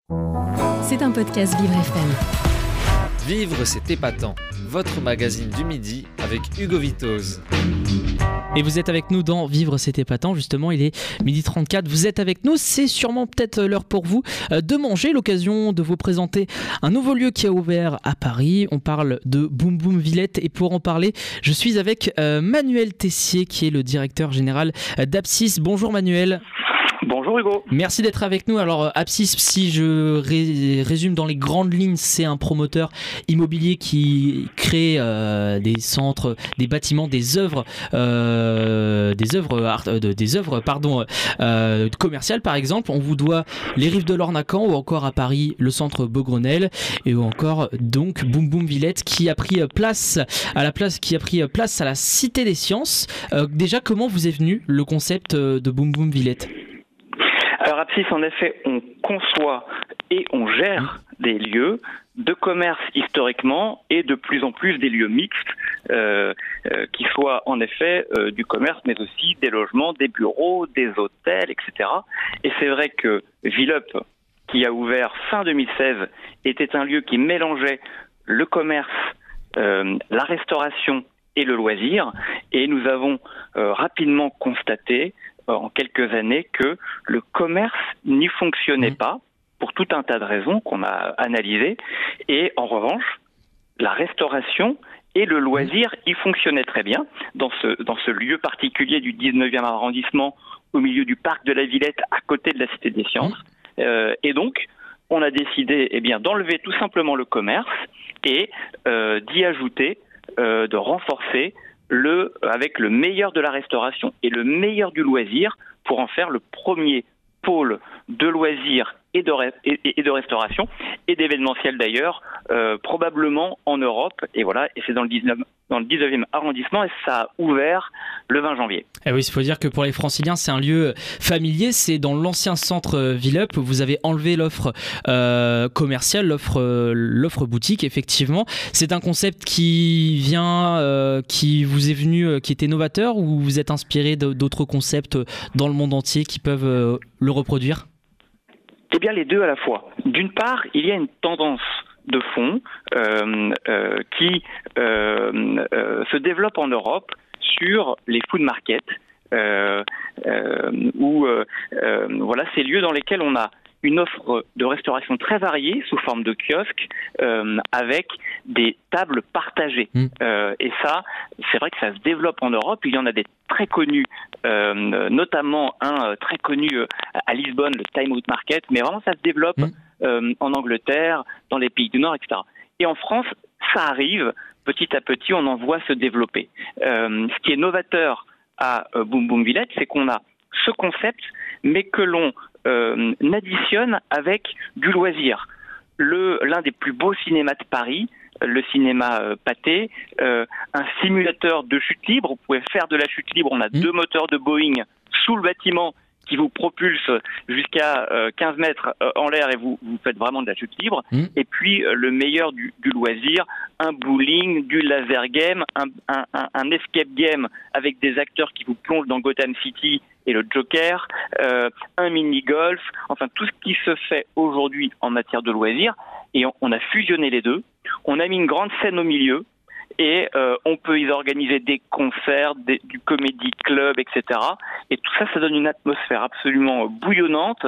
C'est un podcast Vivre FM. Vivre, c'est épatant. Votre magazine du midi avec Hugo Vitoz. Et vous êtes avec nous dans Vivre, c'est épatant. Justement, il est 12h34. Vous êtes avec nous. C'est sûrement peut-être l'heure pour vous de manger. L'occasion de vous présenter un nouveau lieu qui a ouvert à Paris. On parle de Boum Boum Villette. Et pour en parler, je suis avec Manuel Tessier, qui est le directeur général d'Apsis. Bonjour Manuel. Bonjour Hugo. Merci d'être avec nous. Alors Apsis, si je résume dans les grandes lignes, c'est un promoteur immobilier qui crée des centres, des bâtiments, des œuvres commerciales par exemple. On vous doit les Rives de l'Ornacan ou encore à Paris le centre Beaugrenelle et ou encore donc Boum Boum Villette qui a pris place à la Cité des Sciences. Déjà, comment vous est venu le concept de Boum Boum Villette ? Alors Apsis, en effet, on conçoit et on gère des lieux de commerce historiquement et de plus en plus des lieux mixtes qui soient en effet du commerce mais aussi des logements, des bureaux, des hôtels, etc. Et c'est vrai que Villup, qui a ouvert fin 2016, était un lieu qui mélangeait le commerce, la restauration et le loisir, et nous avons rapidement constaté en quelques années que le commerce n'y fonctionnait pas pour tout un tas de raisons qu'on a analysées, et en revanche la restauration et le loisir y fonctionnaient très bien dans ce lieu particulier du 19e arrondissement au milieu du parc de la Villette à côté de la Cité des Sciences. Et donc on a décidé d'enlever tout simplement le commerce et d'y ajouter, de renforcer avec le meilleur de la restauration et le meilleur du loisir pour en faire le premier pôle de loisirs et de restauration et d'événementiel d'ailleurs, probablement en Europe. Et voilà, et c'est dans le 19e arrondissement et ça a ouvert le 20 janvier. Et oui, il faut dire que pour les Franciliens, c'est un lieu familier. C'est dans l'ancien centre Villup. Vous avez enlevé l'offre commerciale, l'offre boutique, effectivement. C'est un concept qui vous est venu, qui était novateur, ou vous êtes inspiré d'autres concepts dans le monde entier qui peuvent le reproduire ? Eh bien, les deux à la fois. D'une part, il y a une tendance de fond qui se développe en Europe sur les food markets, où ces lieux dans lesquels on a une offre de restauration très variée sous forme de kiosques avec des tables partagées. Et ça, c'est vrai que ça se développe en Europe. Il y en a des très connus, notamment un très connu à Lisbonne, le Time Out Market, mais vraiment ça se développe en Angleterre, dans les pays du Nord, etc. Et en France, ça arrive, petit à petit, on en voit se développer. Ce qui est novateur à Boum Boum Villette, c'est qu'on a ce concept, mais que l'on additionne avec du loisir. L'un des plus beaux cinémas de Paris, le cinéma Pathé, un simulateur de chute libre. Vous pouvez faire de la chute libre. On a 2 moteurs de Boeing sous le bâtiment qui vous propulsent jusqu'à 15 mètres en l'air et vous faites vraiment de la chute libre. Et puis le meilleur du loisir, un bowling, du laser game, un escape game avec des acteurs qui vous plongent dans Gotham City et le Joker, un mini-golf, enfin tout ce qui se fait aujourd'hui en matière de loisirs. Et on a fusionné les deux. On a mis une grande scène au milieu et on peut y organiser des concerts, du comédie club, etc. Et tout ça, ça donne une atmosphère absolument bouillonnante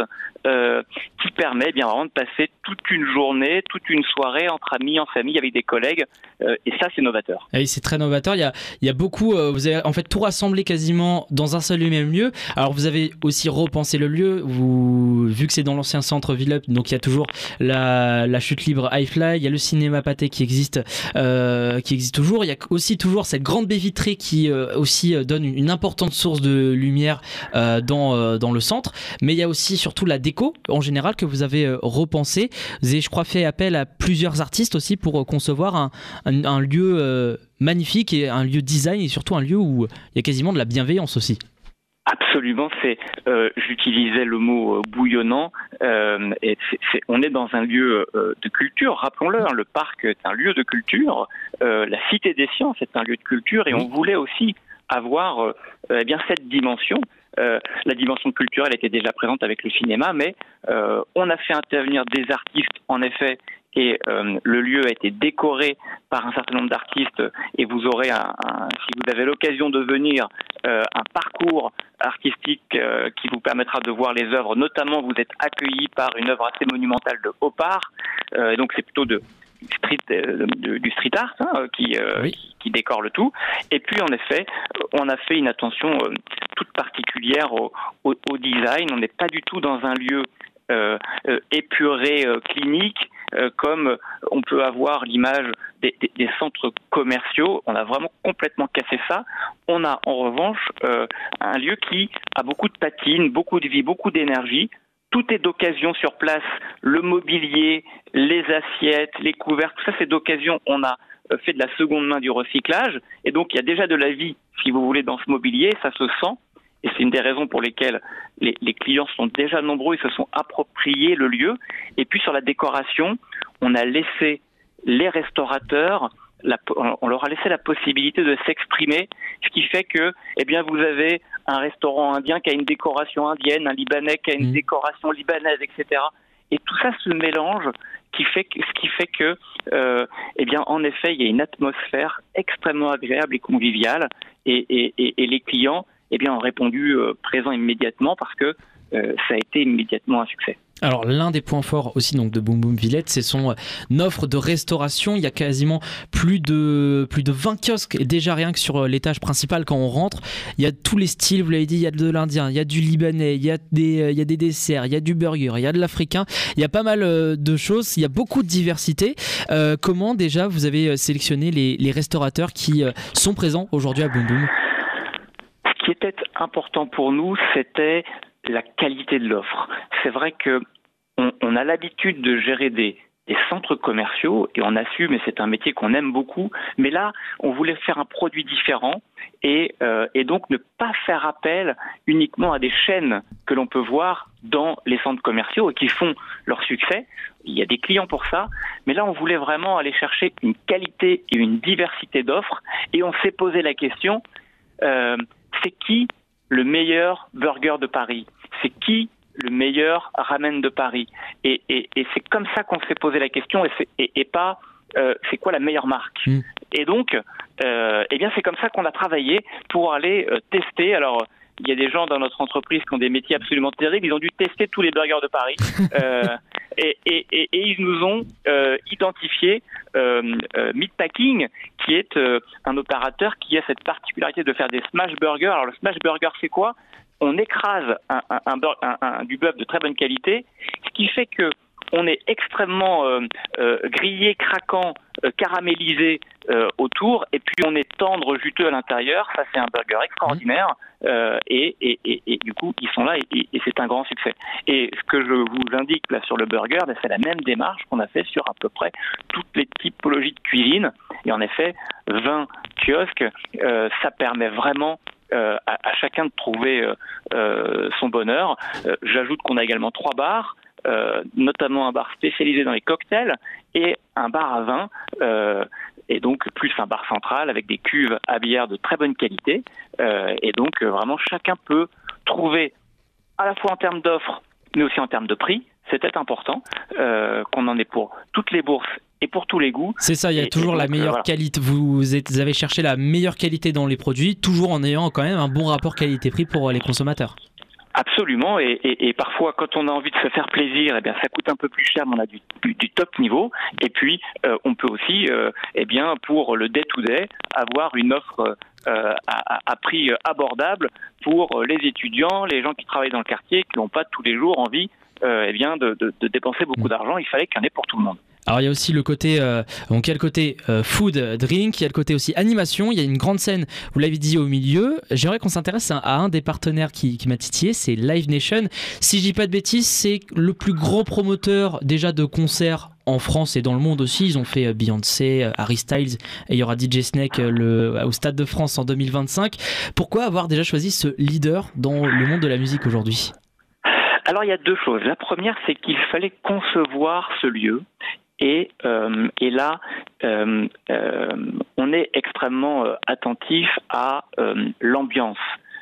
qui permet bien vraiment de passer toute une journée, toute une soirée entre amis, en famille, avec des collègues. Et ça, c'est novateur. Oui, c'est très novateur. Il y a beaucoup. Vous avez en fait tout rassemblé quasiment dans un seul et même lieu. Alors, vous avez aussi repensé le lieu. Vu que c'est dans l'ancien centre Villup, donc il y a toujours la chute libre Highfly. Il y a le cinéma Pathé qui existe toujours. Il y a aussi toujours cette grande baie vitrée qui aussi donne une importante source de lumière dans le centre. Mais il y a aussi surtout la déco en général que vous avez repensé. Vous avez, je crois, fait appel à plusieurs artistes aussi pour concevoir un lieu magnifique et un lieu design et surtout un lieu où il y a quasiment de la bienveillance aussi. Absolument, j'utilisais le mot bouillonnant. On est dans un lieu de culture, rappelons-le. Le parc est un lieu de culture. La Cité des Sciences est un lieu de culture, et on voulait aussi avoir cette dimension La dimension culturelle était déjà présente avec le cinéma, mais on a fait intervenir des artistes, en effet, et le lieu a été décoré par un certain nombre d'artistes, et vous aurez, si vous avez l'occasion de venir, un parcours artistique qui vous permettra de voir les œuvres. Notamment, vous êtes accueillis par une œuvre assez monumentale de Opar, donc c'est plutôt du street art qui décore le tout. Et puis, en effet, on a fait une attention toute particulière au design. On n'est pas du tout dans un lieu épuré, clinique, comme on peut avoir l'image des centres commerciaux. On a vraiment complètement cassé ça. On a en revanche un lieu qui a beaucoup de patine, beaucoup de vie, beaucoup d'énergie. Tout est d'occasion sur place. Le mobilier, les assiettes, les couverts, tout ça c'est d'occasion. On a fait de la seconde main, du recyclage, et donc il y a déjà de la vie, si vous voulez, dans ce mobilier. Ça se sent. Et c'est une des raisons pour lesquelles les clients sont déjà nombreux, ils se sont appropriés le lieu. Et puis sur la décoration, on a laissé les restaurateurs, on leur a laissé la possibilité de s'exprimer, ce qui fait que, vous avez un restaurant indien qui a une décoration indienne, un libanais qui a une décoration libanaise, etc. Et tout ça se mélange, ce qui fait que, en effet, il y a une atmosphère extrêmement agréable et conviviale, et les clients ont répondu présent immédiatement parce que ça a été immédiatement un succès. Alors l'un des points forts aussi donc de Boom Boom Villette, c'est son offre de restauration. Il y a quasiment plus de 20 kiosques, et déjà rien que sur l'étage principal quand on rentre, il y a tous les styles, vous l'avez dit, il y a de l'indien, il y a du libanais, il y a des desserts, il y a du burger, il y a de l'africain, il y a pas mal de choses, il y a beaucoup de diversité. Comment déjà vous avez sélectionné les restaurateurs qui sont présents aujourd'hui à Boom Boom ? Ce qui était important pour nous, c'était la qualité de l'offre. C'est vrai que on a l'habitude de gérer des centres commerciaux et on assume, et c'est un métier qu'on aime beaucoup, mais là, on voulait faire un produit différent et donc ne pas faire appel uniquement à des chaînes que l'on peut voir dans les centres commerciaux et qui font leur succès. Il y a des clients pour ça, mais là, on voulait vraiment aller chercher une qualité et une diversité d'offres, et on s'est posé la question, c'est qui le meilleur burger de Paris? C'est qui le meilleur ramen de Paris? Et c'est comme ça qu'on s'est posé la question, et pas c'est quoi la meilleure marque? Et donc, c'est comme ça qu'on a travaillé pour aller tester. Alors, il y a des gens dans notre entreprise qui ont des métiers absolument terribles. Ils ont dû tester tous les burgers de Paris. Et ils nous ont identifié Meatpacking, qui est un opérateur qui a cette particularité de faire des smash burgers. Alors le smash burger, c'est quoi? On écrase du bœuf de très bonne qualité, ce qui fait que on est extrêmement grillé, craquant, caramélisé autour, et puis on est tendre, juteux à l'intérieur. Ça, c'est un burger extraordinaire, et du coup, ils sont là, et c'est un grand succès. Et ce que je vous indique là sur le burger, c'est la même démarche qu'on a fait sur à peu près toutes les typologies de cuisine. Et en effet, 20 kiosques, ça permet vraiment à chacun de trouver son bonheur. J'ajoute qu'on a également 3 bars, notamment un bar spécialisé dans les cocktails et un bar à vin, et donc plus un bar central avec des cuves à bière de très bonne qualité, et donc vraiment chacun peut trouver, à la fois en termes d'offres mais aussi en termes de prix. C'était important qu'on en ait pour toutes les bourses et pour tous les goûts. C'est ça, il y a toujours la meilleure qualité. Vous avez cherché la meilleure qualité dans les produits, toujours en ayant quand même un bon rapport qualité-prix pour les consommateurs. Absolument, et parfois quand on a envie de se faire plaisir, ça coûte un peu plus cher, mais on a du top niveau. Et puis on peut aussi, pour le day-to-day, avoir une offre à prix abordable pour les étudiants, les gens qui travaillent dans le quartier, qui n'ont pas tous les jours envie de dépenser beaucoup d'argent. Il fallait qu'il y en ait pour tout le monde. Alors il y a aussi le côté, donc il y a le côté food, drink, il y a le côté aussi animation, il y a une grande scène, vous l'avez dit, au milieu. J'aimerais qu'on s'intéresse à un des partenaires qui m'a titillé, c'est Live Nation. Si je dis pas de bêtises, c'est le plus gros promoteur déjà de concerts en France et dans le monde aussi. Ils ont fait Beyoncé, Harry Styles, et il y aura DJ Snake au Stade de France en 2025. Pourquoi avoir déjà choisi ce leader dans le monde de la musique aujourd'hui ? Alors il y a 2 choses. La première, c'est qu'il fallait concevoir ce lieu. Et là, on est extrêmement attentif à l'ambiance,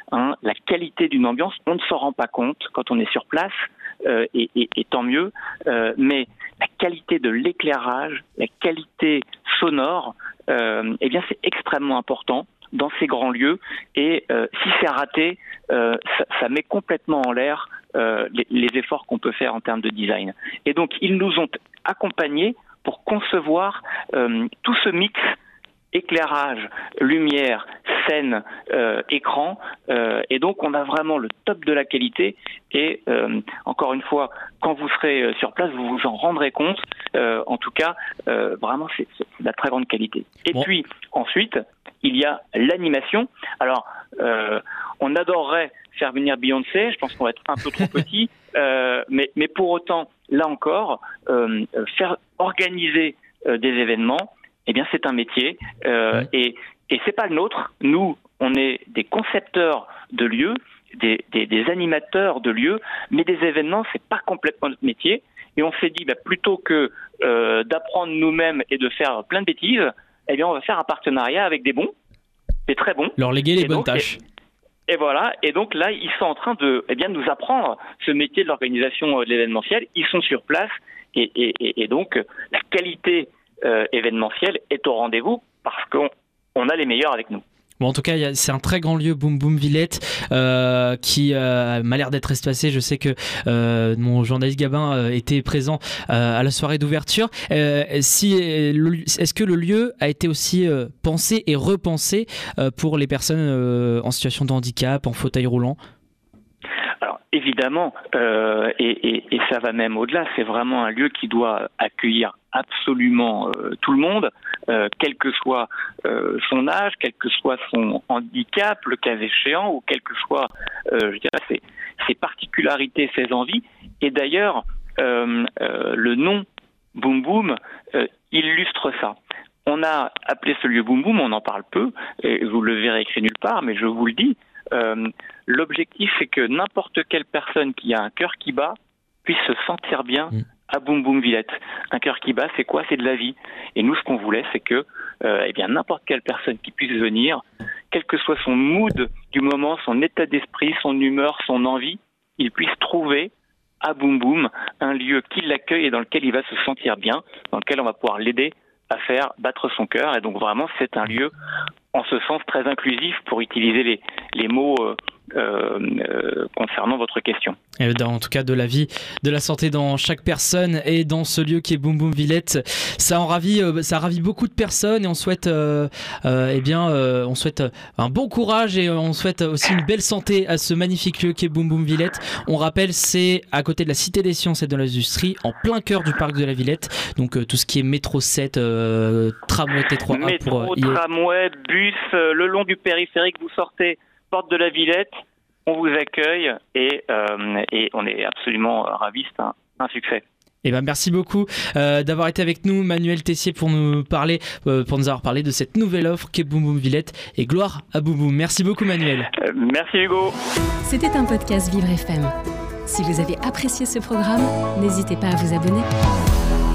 La qualité d'une ambiance, on ne s'en rend pas compte quand on est sur place, et tant mieux, mais la qualité de l'éclairage, la qualité sonore, c'est extrêmement important dans ces grands lieux, et si c'est raté, ça met complètement en l'air les efforts qu'on peut faire en termes de design. Et donc ils nous ont accompagnés pour concevoir tout ce mix éclairage, lumière, scène, écran, et donc on a vraiment le top de la qualité, et encore une fois, quand vous serez sur place, vous vous en rendrez compte. En tout cas, vraiment c'est de la très grande qualité. Et puis ensuite, il y a l'animation. Alors, on adorerait faire venir Beyoncé, je pense qu'on va être un peu trop petit, mais pour autant, là encore, faire organiser des événements, c'est un métier, et c'est pas le nôtre. Nous, on est des concepteurs de lieux, des animateurs de lieux, mais des événements, c'est pas complètement notre métier. Et on s'est dit, plutôt que d'apprendre nous-mêmes et de faire plein de bêtises, on va faire un partenariat avec des bons, des très bons. Leur léguer les bonnes tâches. Et voilà. Et donc là, ils sont en train de nous apprendre ce métier de l'organisation de l'événementiel. Ils sont sur place, et donc la qualité événementielle est au rendez-vous parce qu'on a les meilleurs avec nous. Bon, en tout cas, c'est un très grand lieu, Boum Boum Villette, qui m'a l'air d'être espacé. Je sais que mon journaliste Gabin était présent à la soirée d'ouverture. Est-ce que le lieu a été aussi pensé et repensé pour les personnes en situation de handicap, en fauteuil roulant ? Alors évidemment, et ça va même au-delà, c'est vraiment un lieu qui doit accueillir absolument tout le monde, quel que soit son âge, quel que soit son handicap, le cas échéant, ou quel que soit, ses particularités, ses envies. Et d'ailleurs, le nom Boum Boum illustre ça. On a appelé ce lieu Boum Boum, on en parle peu, et vous le verrez écrit nulle part, mais je vous le dis. L'objectif, c'est que n'importe quelle personne qui a un cœur qui bat puisse se sentir bien à Boum Boum Villette. Un cœur qui bat, c'est quoi ? C'est de la vie. Et nous, ce qu'on voulait, c'est que n'importe quelle personne qui puisse venir, quel que soit son mood du moment, son état d'esprit, son humeur, son envie, il puisse trouver à Boum Boum un lieu qui l'accueille et dans lequel il va se sentir bien, dans lequel on va pouvoir l'aider à faire battre son cœur. Et donc vraiment, c'est un lieu en ce sens très inclusif, pour utiliser les mots concernant votre question. Et en tout cas, de la vie, de la santé dans chaque personne, et dans ce lieu qui est Boum Boum Villette, ça ravit beaucoup de personnes, et on souhaite on souhaite un bon courage, et on souhaite aussi une belle santé à ce magnifique lieu qui est Boum Boum Villette. On rappelle, c'est à côté de la Cité des Sciences et de l'Industrie, en plein cœur du parc de la Villette. Donc tout ce qui est métro 7, tramway T3A, métro, tramway, bus, le long du périphérique, vous sortez porte de la Villette, on vous accueille, et on est absolument ravis, c'est un succès. Merci beaucoup d'avoir été avec nous, Manuel Tessier, pour nous avoir parlé de cette nouvelle offre qu'est Boum Boum Villette, et gloire à Boum Boum. Merci beaucoup, Manuel. Merci Hugo. C'était un podcast Vivre FM. Si vous avez apprécié ce programme, n'hésitez pas à vous abonner.